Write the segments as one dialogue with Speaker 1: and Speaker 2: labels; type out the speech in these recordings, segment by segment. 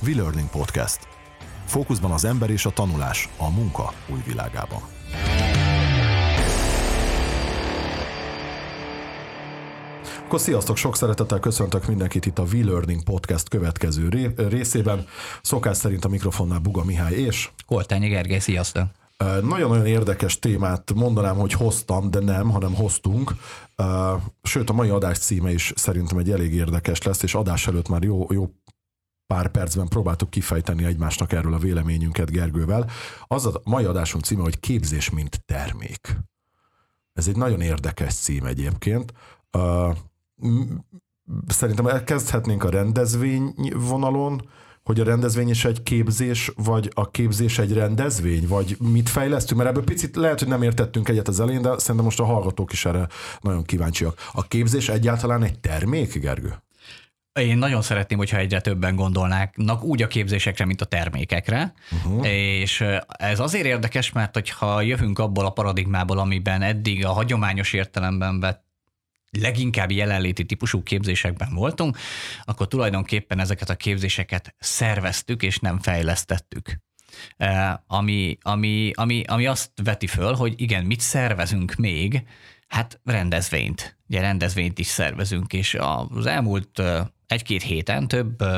Speaker 1: WeLearning Podcast. Fókuszban az ember és a tanulás a munka új világában. Akkor sziasztok, sok szeretettel köszöntök mindenkit itt a WeLearning Podcast következő részében. Szokás szerint a mikrofonnál Buga Mihály és
Speaker 2: Koltányi Gergely, sziasztok!
Speaker 1: Nagyon-nagyon érdekes témát mondanám, hogy hoztam, de nem, hanem hoztunk. Sőt, a mai adás címe is szerintem egy elég érdekes lesz, és adás előtt már jó pár percben próbáltuk kifejteni egymásnak erről a véleményünket Gergővel. Az a mai adásunk címe, hogy képzés mint termék. Ez egy nagyon érdekes cím egyébként. Szerintem elkezdhetnénk a rendezvény vonalon, hogy a rendezvény is egy képzés, vagy a képzés egy rendezvény, vagy mit fejlesztünk, mert ebből picit lehet, hogy nem értettünk egyet az elején, de szerintem most a hallgatók is erre nagyon kíváncsiak. A képzés egyáltalán egy termék, Gergő?
Speaker 2: Én nagyon szeretném, hogyha egyre többen gondolnának úgy a képzésekre, mint a termékekre, és ez azért érdekes, mert hogyha jövünk abból a paradigmából, amiben eddig a hagyományos értelemben vett leginkább jelenléti típusú képzésekben voltunk, akkor tulajdonképpen ezeket a képzéseket szerveztük és nem fejlesztettük. Ami azt veti föl, hogy igen, mit szervezünk még? Hát rendezvényt. Ugye rendezvényt is szervezünk, és az elmúlt egy-két héten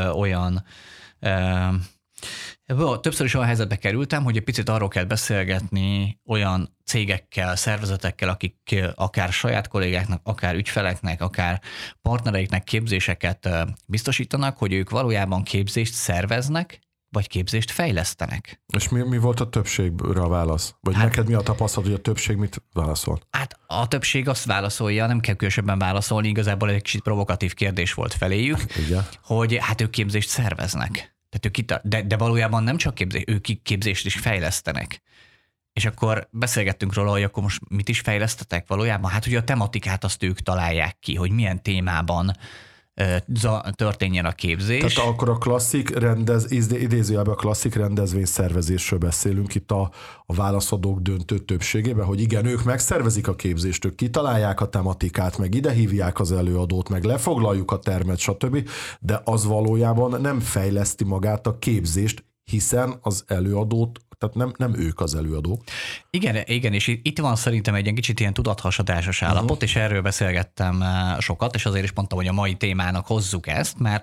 Speaker 2: többször is olyan helyzetbe kerültem, hogy egy picit arról kell beszélgetni olyan cégekkel, szervezetekkel, akik akár saját kollégáknak, akár ügyfeleknek, akár partnereiknek képzéseket biztosítanak, hogy ők valójában képzést szerveznek, vagy képzést fejlesztenek.
Speaker 1: És mi volt a többségre a válasz? Vagy neked mi a tapasztalat, hogy a többség mit válaszol?
Speaker 2: Hát a többség azt válaszolja, nem kell különösebben válaszolni, igazából egy kicsit provokatív kérdés volt feléjük, hogy hát ők képzést szerveznek. Tehát de valójában nem csak ők képzést is fejlesztenek. És akkor beszélgettünk róla, hogy akkor most mit is fejlesztetek valójában? Hát ugye a tematikát azt ők találják ki, hogy milyen témában történjen a képzés.
Speaker 1: Tehát akkor a klasszik idézőjelben a klasszik rendezvény szervezésről beszélünk itt a válaszadók döntő többségében, hogy igen, ők megszervezik a képzést, ők kitalálják a tematikát, meg ide hívják az előadót, meg lefoglaljuk a termet, stb. De az valójában nem fejleszti magát a képzést, hiszen az előadót, tehát nem ők az előadók.
Speaker 2: Igen, és itt van szerintem egy kicsit ilyen tudathasadásos állapot, és erről beszélgettem sokat, és azért is mondtam, hogy a mai témának hozzuk ezt, mert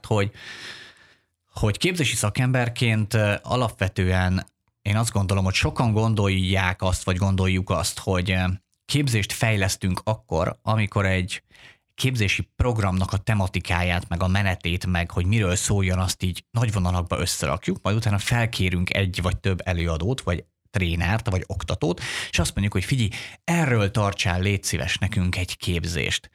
Speaker 2: hogy képzési szakemberként alapvetően én azt gondolom, hogy sokan gondolják azt, vagy gondoljuk azt, hogy képzést fejlesztünk akkor, amikor egy képzési programnak a tematikáját, meg a menetét, meg hogy miről szóljon, azt így nagy vonalakba összerakjuk, majd utána felkérünk egy vagy több előadót, vagy trénert, vagy oktatót, és azt mondjuk, hogy figyelj, erről tartsál, légy szíves nekünk egy képzést.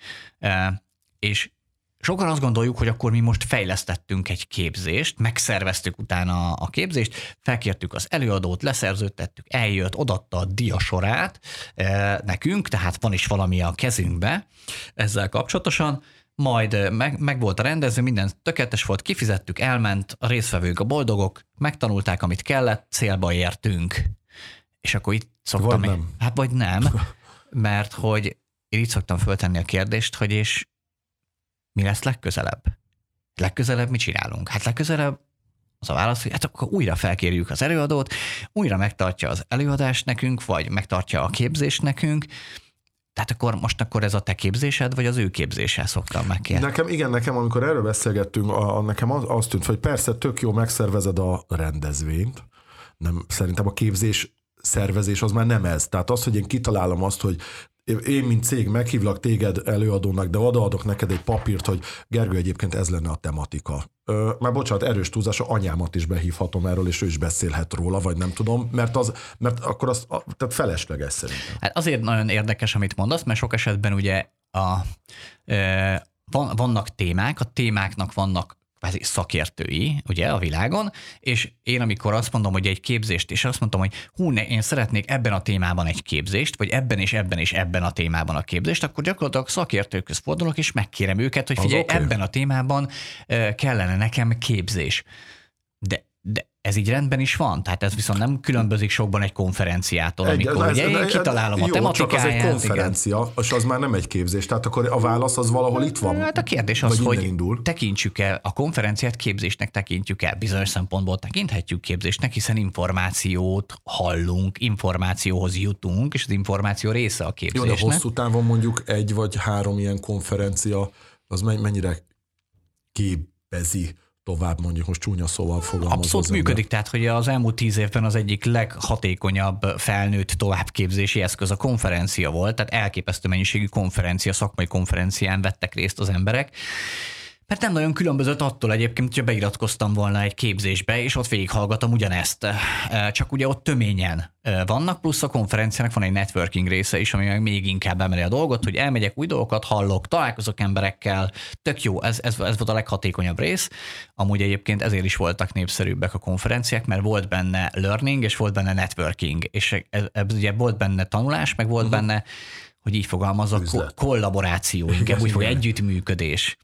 Speaker 2: És sokan azt gondoljuk, hogy akkor mi most fejlesztettünk egy képzést, megszerveztük utána a képzést, felkértük az előadót, leszerződtettük, eljött, odaadta a diasorát nekünk, tehát van is valami a kezünkbe ezzel kapcsolatosan, majd meg volt a rendező, minden tökéletes volt, kifizettük, elment, a résztvevők a boldogok, megtanulták, amit kellett, célba értünk. És akkor itt szoktam...
Speaker 1: Vagy nem.
Speaker 2: Hát vagy nem, mert hogy én itt szoktam föltenni a kérdést, hogy és mi lesz legközelebb? Legközelebb mit csinálunk? Hát legközelebb az a válasz, hogy hát akkor újra felkérjük az előadót, újra megtartja az előadást nekünk, vagy megtartja a képzést nekünk. Tehát akkor ez a te képzésed, vagy az ő képzéssel szoktam megkérni?
Speaker 1: Nekem amikor erről beszélgettünk, nekem azt tűnt, hogy persze tök jó megszervezed a rendezvényt, nem, szerintem a képzés szervezés az már nem ez. Tehát az, hogy én kitalálom azt, hogy én, mint cég meghívlak téged előadónak, de odaadok neked egy papírt, hogy Gergő, egyébként ez lenne a tematika. Már bocsánat, erős túlzás, anyámat is behívhatom erről, és ő is beszélhet róla, vagy nem tudom, mert akkor az tehát felesleges szerintem.
Speaker 2: Hát azért nagyon érdekes, amit mondasz, mert sok esetben ugye vannak témák, a témáknak vannak szakértői, ugye, a világon, és én amikor azt mondom, hogy egy képzést, és azt mondom, hogy én szeretnék ebben a témában egy képzést, vagy ebben és ebben és ebben a témában a képzést, akkor gyakorlatilag szakértőkhöz fordulok, és megkérem őket, hogy figyelj, ebben a témában kellene nekem képzés. De ez így rendben is van? Tehát ez viszont nem különbözik sokban egy konferenciától, amikor ugye én kitalálom a tematikáját.
Speaker 1: Csak az egy konferencia, és az már nem egy képzés. Tehát akkor a válasz az valahol itt van.
Speaker 2: Hát a kérdés az, hogy tekintsük el, a konferenciát képzésnek tekintjük el. Bizonyos szempontból tekinthetjük képzésnek, hiszen információt hallunk, információhoz jutunk, és az információ része a képzésnek.
Speaker 1: Jó, de hosszú távon mondjuk 1 vagy 3 ilyen konferencia, az mennyire képezi tovább, mondjuk most csúnya szóval fogalmazva.
Speaker 2: Abszolút működik, tehát hogy az elmúlt 10 évben az egyik leghatékonyabb felnőtt továbbképzési eszköz a konferencia volt, tehát elképesztő mennyiségű konferencia, szakmai konferencián vettek részt az emberek, mert nem nagyon különbözött attól egyébként, hogyha beiratkoztam volna egy képzésbe, és ott végighallgatom ugyanezt. Csak ugye ott töményen vannak, plusz a konferenciának van egy networking része is, ami meg még inkább emeli a dolgot, hogy elmegyek, új dolgokat hallok, találkozok emberekkel, tök jó, ez volt a leghatékonyabb rész. Amúgy egyébként ezért is voltak népszerűbbek a konferenciák, mert volt benne learning, és volt benne networking, és ugye volt benne tanulás, meg volt benne, hogy így fogalmazok, kollaboráció, inkább úgy fog együttműködés.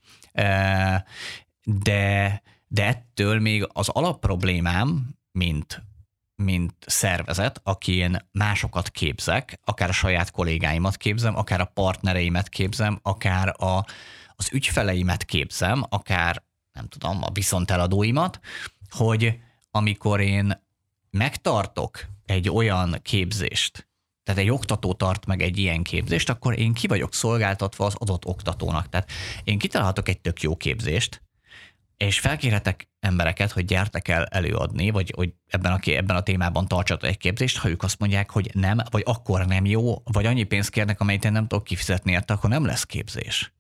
Speaker 2: De ettől még az alapproblémám, mint szervezet, akin másokat képzek, akár a saját kollégáimat képzem, akár a partnereimet képzem, akár az ügyfeleimet képzem, akár nem tudom, a viszonteladóimat, hogy amikor én megtartok egy olyan képzést, tehát egy oktató tart meg egy ilyen képzést, akkor én ki vagyok szolgáltatva az adott oktatónak. Tehát én kitalálhatok egy tök jó képzést, és felkérhetek embereket, hogy gyertek el előadni, vagy hogy ebben a témában tartsatok egy képzést, ha ők azt mondják, hogy nem, vagy akkor nem jó, vagy annyi pénzt kérnek, amelyet én nem tudok kifizetni érte, akkor nem lesz képzés.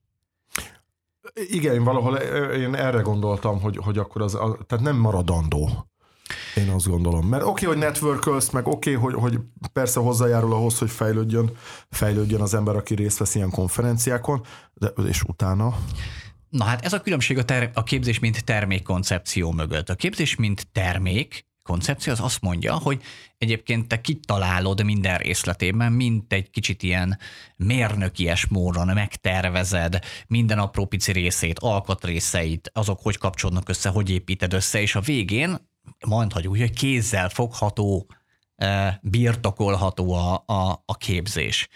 Speaker 1: Igen, valahol én erre gondoltam, hogy akkor tehát nem maradandó. Én azt gondolom. Mert oké, hogy networkölsz, meg oké, hogy persze hozzájárul ahhoz, hogy fejlődjön az ember, aki részt vesz ilyen konferenciákon, és utána...
Speaker 2: Na hát ez a különbség a képzés mint termékkoncepció mögött. A képzés mint termék koncepció az azt mondja, hogy egyébként te kitalálod minden részletében, mint egy kicsit ilyen mérnökies módon megtervezed minden apró pici részét, alkatrészeit, azok hogy kapcsolnak össze, hogy építed össze, és a végén mondhatjuk úgy, hogy kézzel fogható, birtokolható a képzés.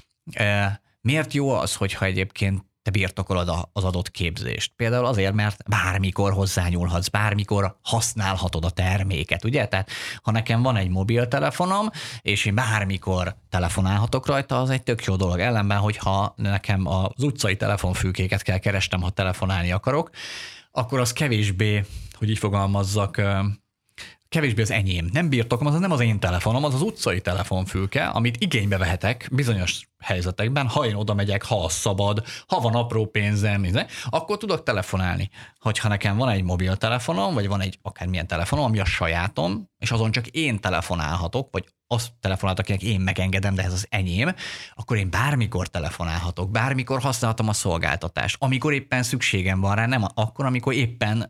Speaker 2: Miért jó az, hogyha egyébként te birtokolod az adott képzést? Például azért, mert bármikor hozzányúlhatsz, bármikor használhatod a terméket, ugye? Tehát ha nekem van egy mobiltelefonom, és én bármikor telefonálhatok rajta, az egy tök jó dolog. Ellenben, hogyha nekem az utcai telefonfülkéket kell keresnem, ha telefonálni akarok, akkor az kevésbé, hogy így fogalmazzak, kevésbé az enyém. Nem birtokom, az nem az én telefonom, az az utcai telefonfülke, amit igénybe vehetek bizonyos helyzetekben, ha én oda megyek, ha az szabad, ha van apró pénzem, akkor tudok telefonálni. Hogyha nekem van egy mobiltelefonom, vagy van egy akármilyen telefonom, ami a sajátom, és azon csak én telefonálhatok, vagy azt telefonáltak, akinek én megengedem, de ez az enyém, akkor én bármikor telefonálhatok, bármikor használhatom a szolgáltatást, amikor éppen szükségem van rá, nem akkor, amikor éppen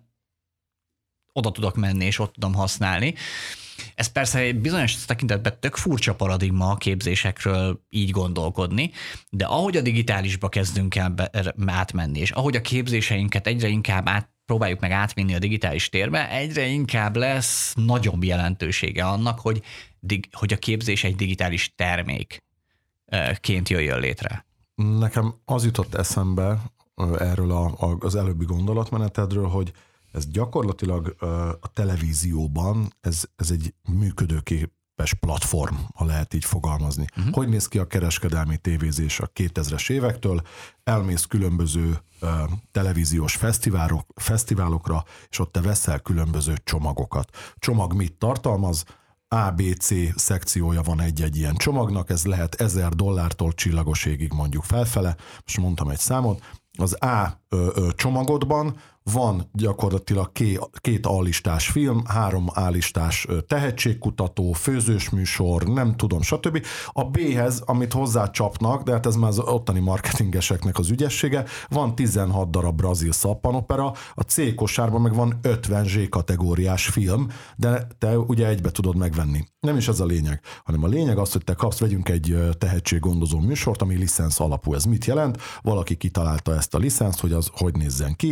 Speaker 2: oda tudok menni, és ott tudom használni. Ez persze egy bizonyos tekintetben tök furcsa paradigma a képzésekről így gondolkodni, de ahogy a digitálisba kezdünk el átmenni, és ahogy a képzéseinket egyre inkább próbáljuk meg átvinni a digitális térbe, egyre inkább lesz nagyobb jelentősége annak, hogy a képzés egy digitális termékként jöjjön létre.
Speaker 1: Nekem az jutott eszembe erről az előbbi gondolatmenetedről, hogy ez gyakorlatilag a televízióban ez egy működőképes platform, ha lehet így fogalmazni. Uh-huh. Hogy néz ki a kereskedelmi tévézés a 2000-es évektől? Elmész különböző televíziós fesztiválokra, és ott te veszel különböző csomagokat. Csomag mit tartalmaz? ABC szekciója van egy-egy ilyen csomagnak, ez lehet $1000 csillagos égig mondjuk felfele. Most mondtam egy számot. Az A csomagodban van gyakorlatilag 2 A-listás film, 3 A-listás tehetségkutató, főzős műsor, nem tudom, stb. A B-hez, amit hozzácsapnak, de hát ez már az ottani marketingeseknek az ügyessége, van 16 darab brazil szappanopera, a C kosárban meg van 50 Z-kategóriás film, de te ugye egybe tudod megvenni. Nem is ez a lényeg, hanem a lényeg az, hogy te vegyünk egy tehetséggondozó műsort, ami licensz alapú. Ez mit jelent? Valaki kitalálta ezt a licenszt, hogy az hogy nézzen ki,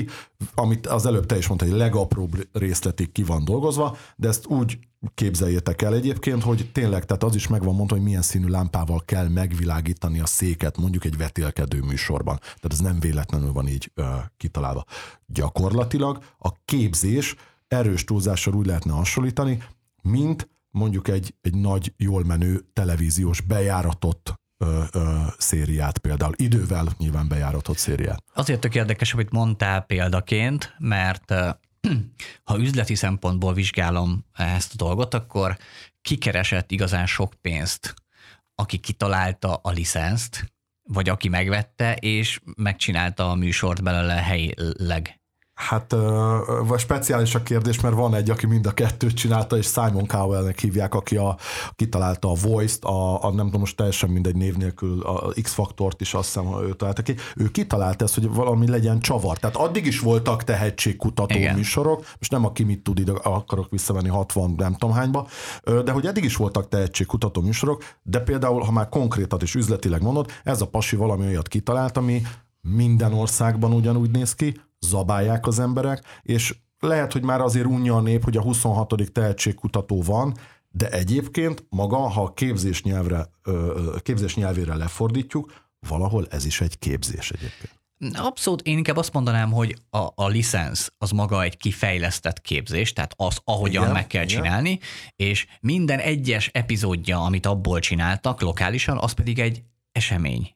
Speaker 1: amit az előbb te is mondtad, hogy legapróbb részletig ki van dolgozva, de ezt úgy képzeljétek el egyébként, hogy tényleg, tehát az is meg van mondva, hogy milyen színű lámpával kell megvilágítani a széket, mondjuk egy vetélkedő műsorban. Tehát ez nem véletlenül van így kitalálva. Gyakorlatilag a képzés erős túlzással úgy lehetne hasonlítani, mint mondjuk egy nagy, jól menő televíziós bejáratott szériát például. Idővel nyilván bejáratott szériát.
Speaker 2: Azért tök érdekes, amit mondtál példaként, mert ha üzleti szempontból vizsgálom ezt a dolgot, akkor kikeresett igazán sok pénzt, aki kitalálta a licenszt, vagy aki megvette, és megcsinálta a műsort belőle helyileg.
Speaker 1: Hát vagy speciális a kérdés, mert van egy, aki mind a kettőt csinálta, és Simon Cowell-nek hívják, aki kitalálta a Voice-t, nem tudom, most teljesen mindegy név nélkül, a X-faktort is azt hiszem, ő találta ki. Ő kitalálta ezt, hogy valami legyen csavar. Tehát addig is voltak tehetségkutató műsorok, most nem a ki mit tud, ide akarok visszavenni 60 nem tudom hányba, de hogy eddig is voltak tehetségkutató műsorok, de például, ha már konkrétat és üzletileg mondod, ez a pasi valami olyat kitalált, ami minden országban ugyanúgy néz ki, zabálják az emberek, és lehet, hogy már azért unja a nép, hogy a 26. tehetségkutató van, de egyébként maga, ha a képzés nyelvére lefordítjuk, valahol ez is egy képzés egyébként.
Speaker 2: Abszolút, én inkább azt mondanám, hogy a licensz az maga egy kifejlesztett képzés, tehát az, ahogyan meg kell csinálni, és minden egyes epizódja, amit abból csináltak lokálisan, az pedig egy esemény.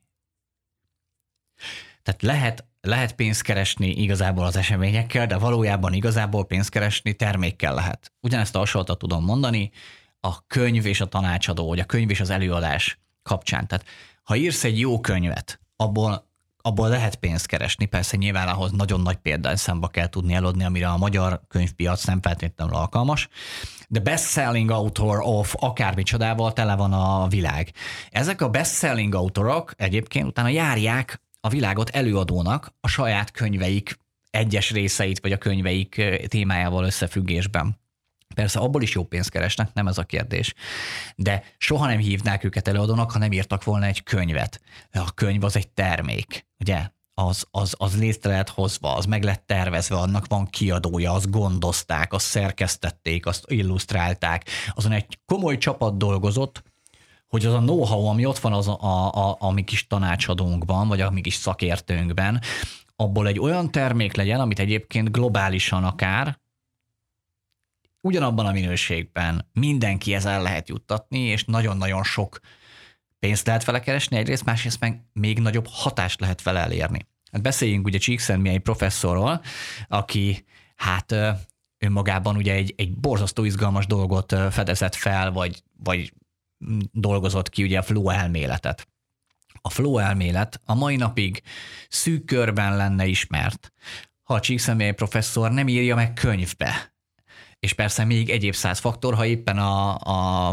Speaker 2: Tehát lehet pénzt keresni igazából az eseményekkel, de valójában igazából pénzt keresni termékkel lehet. Ugyanezt a hasonlatot tudom mondani a könyv és a tanácsadó, vagy a könyv és az előadás kapcsán. Tehát ha írsz egy jó könyvet, abból lehet pénzt keresni, persze nyilván ahhoz nagyon nagy példányszámba kell tudni eladni, amire a magyar könyvpiac nem feltétlenül alkalmas, de best-selling author of akármicsodával tele van a világ. Ezek a best-selling autorok egyébként utána járják a világot előadónak a saját könyveik egyes részeit, vagy a könyveik témájával összefüggésben. Persze abból is jó pénzt keresnek, nem ez a kérdés. De soha nem hívnák őket előadónak, ha nem írtak volna egy könyvet. A könyv az egy termék, ugye? Az létre lett hozva, az meg lett tervezve, annak van kiadója, azt gondozták, azt szerkesztették, azt illusztrálták. Azon egy komoly csapat dolgozott, hogy az a know-how, ami ott van a mi kis tanácsadónkban, vagy a mi kis szakértőnkben, abból egy olyan termék legyen, amit egyébként globálisan akár ugyanabban a minőségben mindenkihez el lehet juttatni, és nagyon-nagyon sok pénzt lehet vele keresni egyrészt, másrészt meg még nagyobb hatást lehet vele elérni. Hát beszéljünk ugye Csíkszentmihalyi professzorról, aki hát önmagában ugye egy borzasztó izgalmas dolgot fedezett fel, vagy dolgozott ki ugye a flow elméletet. A flow elmélet a mai napig szűk körben lenne ismert, ha a Csíkszentmihalyi professzor nem írja meg könyvbe. És persze még egyéb 100 faktor, ha éppen a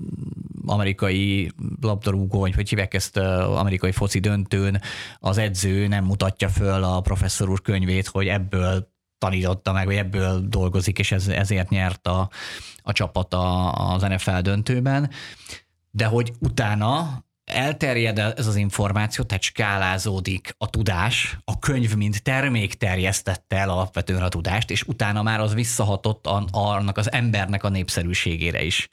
Speaker 2: amerikai labdarúgó, vagy hogy hívják ezt, amerikai foci döntőn az edző nem mutatja föl a professzor úr könyvét, hogy ebből tanította meg, vagy ebből dolgozik, és ezért nyert a csapat az NFL döntőben. De hogy utána elterjed ez az információ, tehát skálázódik a tudás, a könyv mint termék terjesztette el alapvetően a tudást, és utána már az visszahatott annak az embernek a népszerűségére is.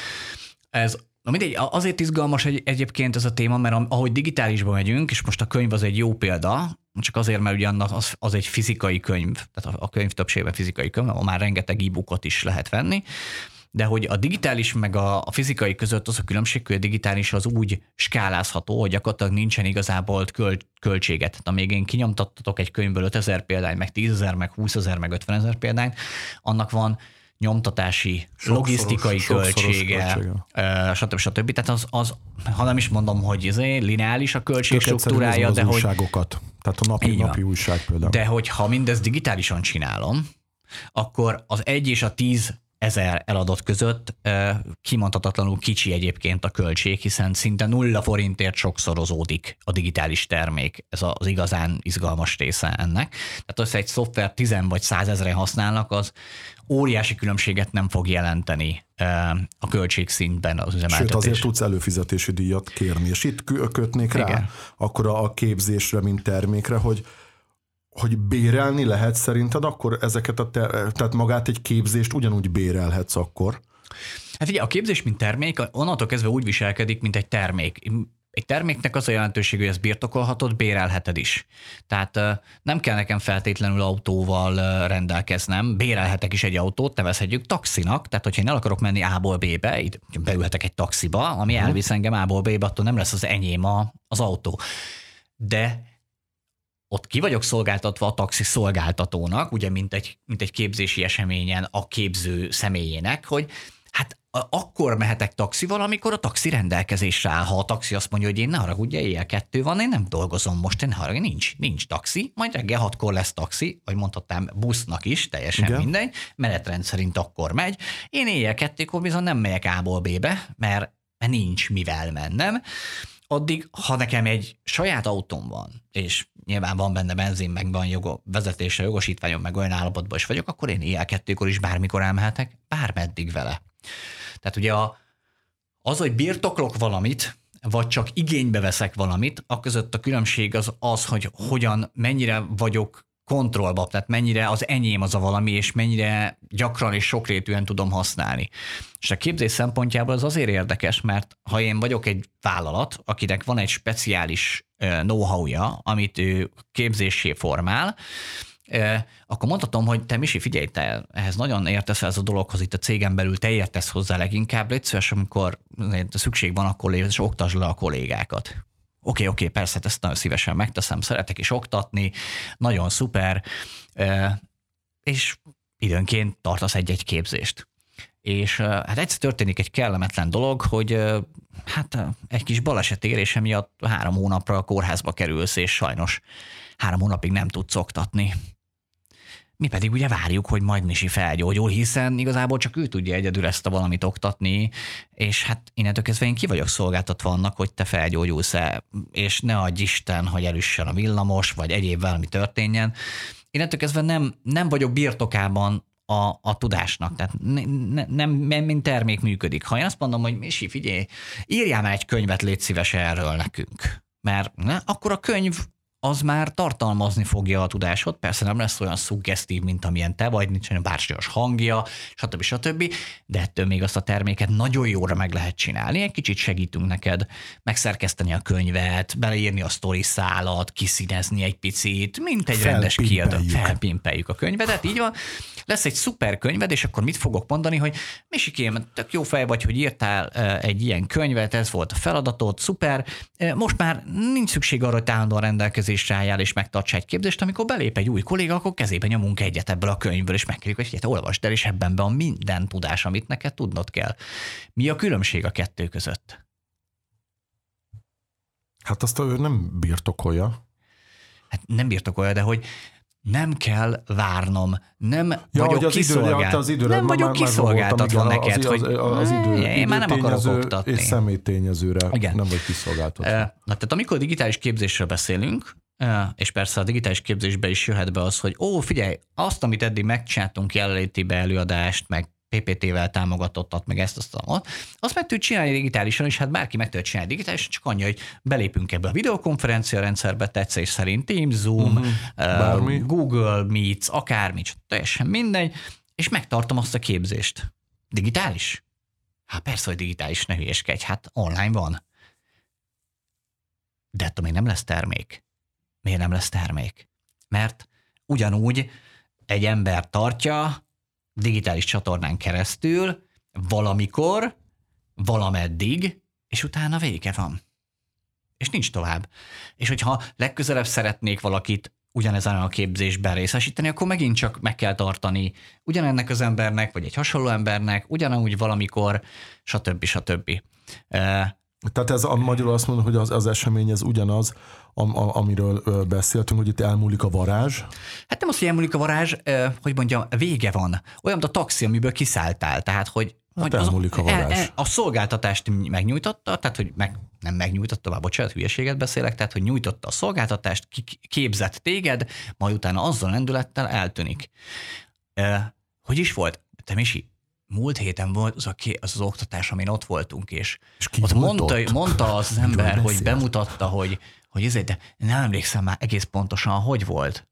Speaker 2: Azért izgalmas egyébként ez a téma, mert ahogy digitálisba megyünk, és most a könyv az egy jó példa, csak azért, mert ugye az egy fizikai könyv, tehát a könyv többségben fizikai könyv, már rengeteg e-bookot is lehet venni, de hogy a digitális meg a fizikai között az a különbség, hogy a digitális az úgy skálázható, hogy gyakorlatilag nincsen igazából költséget. Tehát amíg én kinyomtattatok egy könyvből 5000 példányt, meg 10 000, meg 20 000, meg 50 000 példányt, annak van nyomtatási, logisztikai költsége, stb. Tehát ha nem is mondom, hogy lineáris a költség struktúrája, de hogy...
Speaker 1: újságokat, tehát a napi újság például.
Speaker 2: De hogyha mindezt digitálisan csinálom, akkor az 1 és a 10 000 eladott között kimondhatatlanul kicsi egyébként a költség, hiszen szinte 0 forintért sokszorozódik a digitális termék. Ez az igazán izgalmas része ennek. Tehát az egy szoftver 10 vagy 100 000-en használnak, az óriási különbséget nem fog jelenteni a költségszintben az üzemeltetés.
Speaker 1: Sőt, azért tudsz előfizetési díjat kérni, és itt kötnék rá akkor a képzésre, mint termékre, hogy bérelni lehet szerinted akkor ezeket tehát magát egy képzést ugyanúgy bérelhetsz akkor?
Speaker 2: Hát ugye a képzés, mint termék, onnantól kezdve úgy viselkedik, mint egy termék. Egy terméknek az a jelentőség, hogy ezt birtokolhatod, bérelheted is. Tehát nem kell nekem feltétlenül autóval rendelkeznem, bérelhetek is egy autót, nevezhetjük taxinak, tehát hogyha én el akarok menni A-ból B-be, így beülhetek egy taxiba, ami elvisz engem A-ból B-be, attól nem lesz az enyém az autó. De ott ki vagyok szolgáltatva a taxi szolgáltatónak, ugye mint egy képzési eseményen a képző személyének, hogy hát akkor mehetek taxival, amikor a taxi rendelkezésre áll. Ha a taxi azt mondja, hogy én ne haragudj, éjjel 2 van, én nem dolgozom most, én ne haragudj, nincs taxi, majd reggel 6-kor lesz taxi, vagy mondhatnám busznak is, teljesen mindegy, menetrend szerint akkor megy. Én éjjel 2-kor bizony nem megyek A-ból B-be, mert nincs mivel mennem. Addig, ha nekem egy saját autóm van, és nyilván van benne benzin, meg van vezetésre jogosítványom, meg olyan állapotban is vagyok, akkor én éjjel 2-kor is bármikor elmehetek, bármeddig vele. Tehát ugye az, hogy birtoklok valamit, vagy csak igénybe veszek valamit, aközött a különbség az, hogy hogyan, mennyire vagyok kontrollba, tehát mennyire az enyém az a valami, és mennyire gyakran és sokrétűen tudom használni. És a képzés szempontjából az azért érdekes, mert ha én vagyok egy vállalat, akinek van egy speciális know-how-ja, amit ő képzéssé formál, akkor mondhatom, hogy te Misi, figyelj, te ehhez nagyon értesz ez a dologhoz, itt a cégen belül te értesz hozzá leginkább, légy szíves, amikor szükség van, akkor légy, és oktasd le a kollégákat. Oké, persze, ezt nagyon szívesen megteszem, szeretek is oktatni, nagyon szuper, és időnként tartasz egy-egy képzést. És hát egyszer történik egy kellemetlen dolog, hogy hát egy kis balesetérése miatt 3 hónapra a kórházba kerülsz, és sajnos 3 hónapig nem tudsz oktatni. Mi pedig ugye várjuk, hogy majd Misi felgyógyul, hiszen igazából csak ő tudja egyedül ezt a valamit oktatni, és hát innentől kezdve én ki vagyok szolgáltatva annak, hogy te felgyógyulsz-e, és ne adj Isten, hogy elüssön a villamos, vagy egyéb valami történjen. Innentől kezdve nem vagyok birtokában a tudásnak, tehát nem mint termék működik. Ha én azt mondom, hogy Misi, figyelj, írjál már egy könyvet, légy szíves erről nekünk, mert akkor a könyv az már tartalmazni fogja a tudásod, persze nem lesz olyan szuggesztív, mint amilyen te vagy, nincs olyan bársonyos hangja, stb. De ettől még azt a terméket nagyon jóra meg lehet csinálni, egy kicsit segítünk neked megszerkeszteni a könyvet, beleírni a sztori szálat, kiszínezni egy picit, mint egy rendes kiadó. Felpimpeljük a könyvedet, így van. Lesz egy szuper könyved, és akkor mit fogok mondani, hogy Misikém, tök jó fej vagy, hogy írtál egy ilyen könyvet, ez volt a feladatod, szuper, most már nincs szükség arra, hogy állandóan rendelkezésre álljál és megtarts egy képzést, amikor belép egy új kolléga, akkor kezébe nyomunk egyet ebből a könyvből, és megkérjük, hogy olvasd el, és ebben van minden tudás, amit neked tudnod kell. Mi a különbség a kettő között?
Speaker 1: Hát azt ő nem birtokolja.
Speaker 2: Hát nem birtokolja, de hogy nem kell várnom, nem vagyok kiszolgáltatva. Nem vagyok kiszolgáltatva neked, hogy
Speaker 1: az idő,
Speaker 2: én már nem akarok oktatni.
Speaker 1: És személytényezőre nem vagy kiszolgáltatva.
Speaker 2: Na, tehát amikor digitális képzésről beszélünk, és persze a digitális képzésbe is jöhet be az, hogy figyelj, azt, amit eddig megcsináltunk, jelenlétibe előadást, meg PPT-vel támogatottat, meg ezt, azt meg tud csinálni digitálisan, és hát bárki meg tud csinálni digitálisan, csak annyi, hogy belépünk ebbe a videokonferencia rendszerbe, tetszés szerint Teams, Zoom, Google Meets, akármi, teljesen mindegy, és megtartom azt a képzést. Digitális? Hát persze, hogy digitális, ne hülyéskedj, hát online van. De ettől még nem lesz termék. Miért nem lesz termék? Mert ugyanúgy egy ember tartja digitális csatornán keresztül, valamikor, valameddig, és utána vége van. És nincs tovább. És hogyha legközelebb szeretnék valakit ugyanezen a képzésben részesíteni, akkor megint csak meg kell tartani ugyanennek az embernek, vagy egy hasonló embernek, ugyanúgy valamikor, stb.
Speaker 1: Tehát ez magyarul azt mondom, hogy az esemény ez ugyanaz, amiről beszéltünk, hogy itt elmúlik a varázs. Hát
Speaker 2: nem az, hogy elmúlik a varázs, hogy mondjam, vége van. Olyan, mint a taxi, amiből kiszálltál. Tehát, hogy
Speaker 1: elmúlik a varázs.
Speaker 2: A szolgáltatást megnyújtotta, tehát, hogy nem megnyújtotta, bocsánat, hülyeséget beszélek, tehát, hogy nyújtotta a szolgáltatást, képzett téged, majd utána azzal lendülettel eltűnik. Hogy is volt? Te Misi, múlt héten volt az oktatás, amin ott voltunk, és ott mondta az ember, hogy bemutatta, hogy de nem emlékszem már egész pontosan, hogy volt.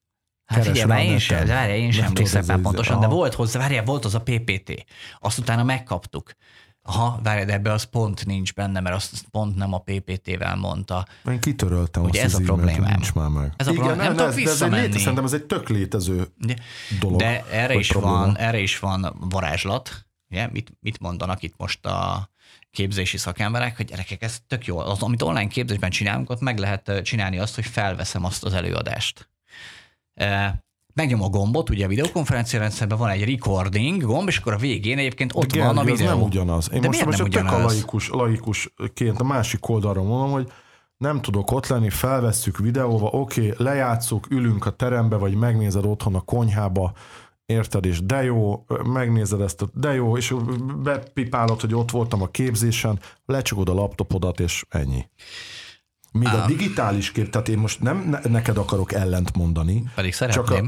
Speaker 2: Hát figyelj, én sem emlékszem már pontosan, de volt hozzá, volt az a PPT. Azt utána megkaptuk. Aha, várj, de ebbe az pont nincs benne, mert azt pont nem a PPT-vel mondta.
Speaker 1: Én kitöröltem
Speaker 2: ugye
Speaker 1: azt
Speaker 2: ez a problémám.
Speaker 1: Nincs már meg.
Speaker 2: Ez a problémám, nem tudok visszamenni.
Speaker 1: Szerintem ez egy tök létező dolog.
Speaker 2: De erre is van varázslat. Ugye? Mit mondanak itt most a képzési szakemberek, hogy gyerekek, ez tök jó. Az, amit online képzésben csinálunk, ott meg lehet csinálni azt, hogy felveszem azt az előadást. Megnyom a gombot, ugye a videokonferencia rendszerben van egy recording gomb, és akkor a végén egyébként ott van a videó.
Speaker 1: Ez nem ugyanaz. Én
Speaker 2: de
Speaker 1: most tök a laikusként a másik oldalról mondom, hogy nem tudok ott lenni, felvesszük videóba, oké, lejátszuk, ülünk a terembe, vagy megnézed otthon a konyhába, érted, és de jó, megnézed ezt, de jó, és bepipálod, hogy ott voltam a képzésen, lecsukod a laptopodat, és ennyi. Míg a digitális kép, tehát én most nem neked akarok ellent mondani.
Speaker 2: Pedig szeretném.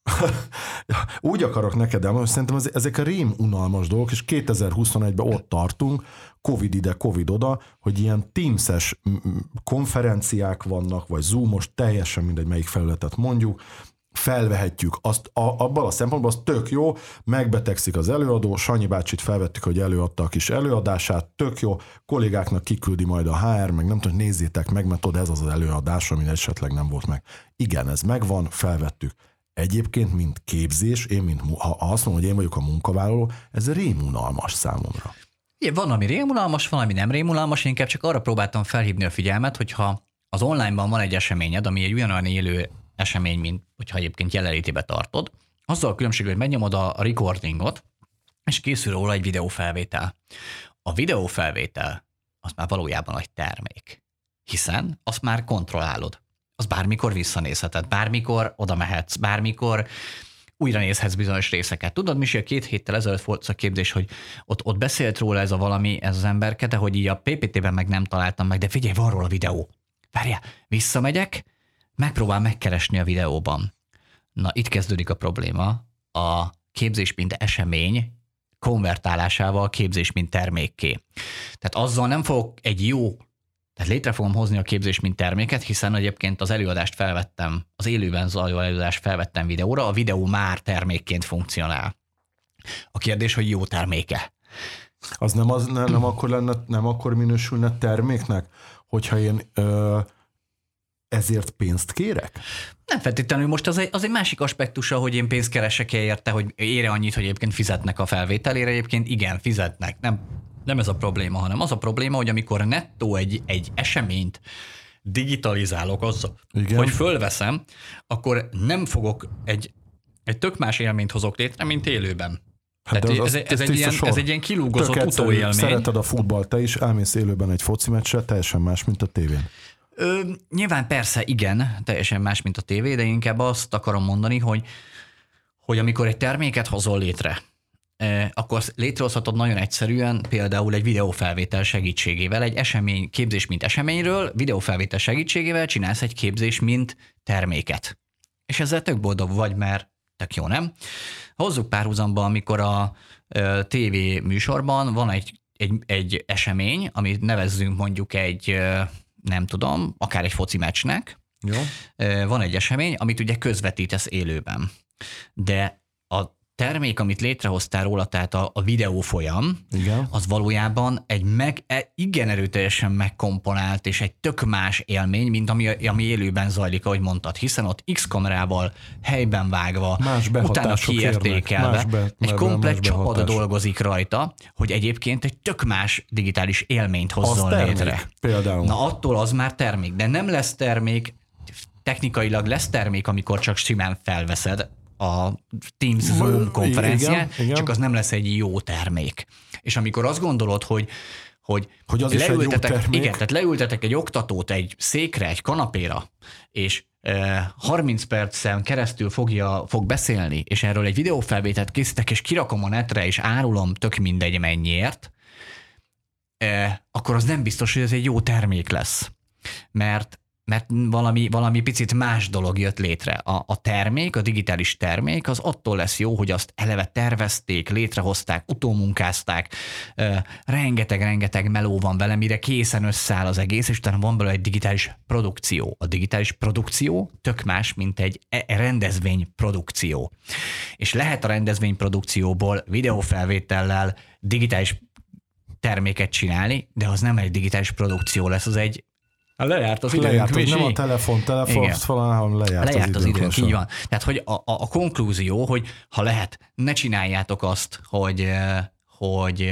Speaker 1: Úgy akarok neked elmondani, hogy szerintem ezek a rém unalmas dolgok, és 2021-ben ott tartunk, Covid ide, Covid oda, hogy ilyen Teams-es konferenciák vannak, vagy Zoom-os, teljesen mindegy, melyik felületet mondjuk, felvehetjük. Abban a szempontból az tök jó, megbetegszik az előadó, Sanyi bácsit felvettük, hogy előadta a kis előadását, tök jó, kollégáknak kiküldi majd a HR, meg nem tudom, nézzétek meg, mert ez az előadás, ami esetleg nem volt meg. Igen, ez megvan, felvettük. Egyébként, mint képzés, ha azt mondom, hogy én vagyok a munkavállaló, ez rémunalmas számomra.
Speaker 2: Igen, van, ami rémunalmas, van, ami nem rémunalmas, én inkább csak arra próbáltam felhívni a figyelmet, hogyha az online-ban van egy eseményed, ami egy ugyanolyan élő esemény, mint hogyha egyébként jelenlétébe tartod, azzal a különbség, hogy megnyomod a recordingot, és készül róla egy videófelvétel. A videófelvétel az már valójában egy termék, hiszen azt már kontrollálod. Az bármikor visszanézheted, bármikor oda mehetsz, bármikor újra nézhetsz bizonyos részeket. Tudod, Misi, 2 héttel ezelőtt volt a képzés, hogy ott beszélt róla ez az emberke, de hogy így a PPT-ben meg nem találtam meg, de figyelj, van róla videó. Várjál, visszamegyek, megpróbál megkeresni a videóban. Na, itt kezdődik a probléma. A képzés mint esemény konvertálásával képzés mint termékké. Tehát azzal nem fogok tehát létre fogom hozni a képzés mint terméket, hiszen egyébként az előadást felvettem, az élőben zajló előadást felvettem videóra, a videó már termékként funkcionál. A kérdés, hogy jó terméke.
Speaker 1: Az nem akkor minősülne terméknek, hogyha én ezért pénzt kérek?
Speaker 2: Nem feltétlenül, most az egy másik aspektusa, hogy én pénzt keresek érte, hogy ére annyit, hogy egyébként fizetnek a felvételére, egyébként igen, fizetnek. Nem ez a probléma, hanem az a probléma, hogy amikor nettó egy eseményt digitalizálok azzal, hogy fölveszem, akkor nem fogok egy tök más élményt hozok létre, mint élőben. Hát ez egy ilyen kilúgozott utóélmény.
Speaker 1: Szereted a futballt, te is elmész élőben egy foci meccsre, teljesen más, mint a tévén.
Speaker 2: Nyilván persze igen, teljesen más, mint a tévé, de inkább azt akarom mondani, hogy amikor egy terméket hozol létre, akkor létrehozhatod nagyon egyszerűen, például egy videófelvétel segítségével, egy esemény, képzés mint eseményről, videófelvétel segítségével csinálsz egy képzés mint terméket. És ezzel tök boldog vagy, mert tök jó, nem? Hozzuk párhuzamba, amikor a TV műsorban van egy esemény, amit nevezzünk mondjuk nem tudom, akár egy foci meccsnek.
Speaker 1: Jó.
Speaker 2: Van egy esemény, amit ugye közvetítesz élőben. De a termék, amit létrehoztál róla, tehát a videó folyam, igen, az valójában igen erőteljesen megkomponált, és egy tök más élmény, mint ami élőben zajlik, ahogy mondtad, hiszen ott X kamerával, helyben vágva, utána kiértékelve, egy komplett csapat dolgozik rajta, hogy egyébként egy tök más digitális élményt hozzon létre.
Speaker 1: Például.
Speaker 2: Na attól az már termék, de nem lesz termék, technikailag lesz termék, amikor csak simán felveszed a Teams Zoom konferencián, csak az nem lesz egy jó termék. És amikor azt gondolod, hogy
Speaker 1: az is egy jó termék.
Speaker 2: Igen, tehát leültetek egy oktatót egy székre, egy kanapéra, és 30 percen keresztül fog beszélni, és erről egy videófelvételt készítek, és kirakom a netre, és árulom tök mindegy mennyiért, akkor az nem biztos, hogy ez egy jó termék lesz. Mert valami picit más dolog jött létre. A termék, a digitális termék az attól lesz jó, hogy azt eleve tervezték, létrehozták, utómunkázták, rengeteg meló van vele, mire készen összeáll az egész, és utána van belőle egy digitális produkció. A digitális produkció tök más, mint egy rendezvényprodukció. És lehet a rendezvényprodukcióból videófelvétellel digitális terméket csinálni, de az nem egy digitális produkció lesz, az egy lejárt az időnk.
Speaker 1: Nem a telefon hanem lejárt
Speaker 2: az időnk, így van. Tehát, hogy a konklúzió, hogy ha lehet, ne csináljátok azt, hogy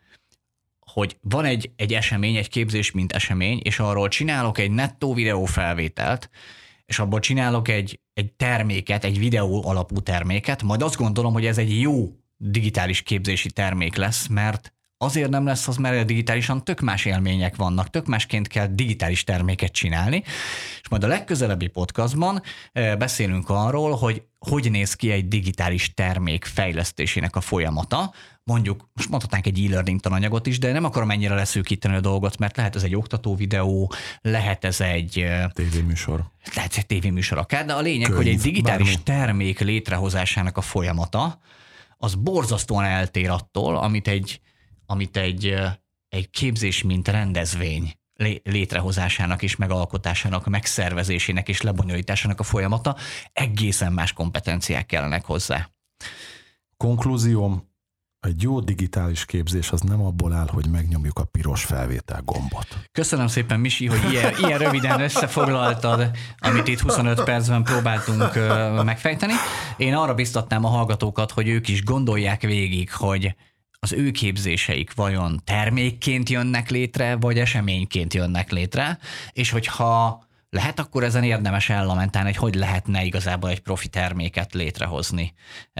Speaker 2: van egy esemény, egy képzés, mint esemény, és arról csinálok egy nettó videófelvételt, és abból csinálok egy terméket, egy videó alapú terméket, majd azt gondolom, hogy ez egy jó digitális képzési termék lesz, mert azért nem lesz az, mert digitálisan tök más élmények vannak, tök másként kell digitális terméket csinálni, és majd a legközelebbi podcastban beszélünk arról, hogy néz ki egy digitális termék fejlesztésének a folyamata. Mondjuk, most mondhatnánk egy e-learning tananyagot is, de nem akarom ennyire leszűkíteni a dolgot, mert lehet ez egy oktató videó, lehet ez egy
Speaker 1: tévéműsor.
Speaker 2: Lehet egy tévéműsor akár, de a lényeg, hogy egy digitális termék létrehozásának a folyamata, az borzasztóan eltér attól, amit egy képzés, mint rendezvény létrehozásának és megalkotásának, megszervezésének és lebonyolításának a folyamata, egészen más kompetenciák kellenek hozzá.
Speaker 1: Konklúzióm, egy jó digitális képzés az nem abból áll, hogy megnyomjuk a piros felvétel gombot.
Speaker 2: Köszönöm szépen, Misi, hogy ilyen röviden összefoglaltad, amit itt 25 percben próbáltunk megfejteni. Én arra biztatnám a hallgatókat, hogy ők is gondolják végig, hogy az ő képzéseik vajon termékként jönnek létre, vagy eseményként jönnek létre, és hogyha lehet, akkor ezen érdemes ellamentálni, hogy lehetne igazából egy profi terméket létrehozni.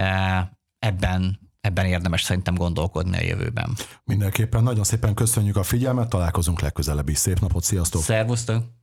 Speaker 2: Ebben érdemes szerintem gondolkodni a jövőben.
Speaker 1: Mindenképpen nagyon szépen köszönjük a figyelmet, találkozunk legközelebb is. Szép napot, sziasztok!
Speaker 2: Szervusztok!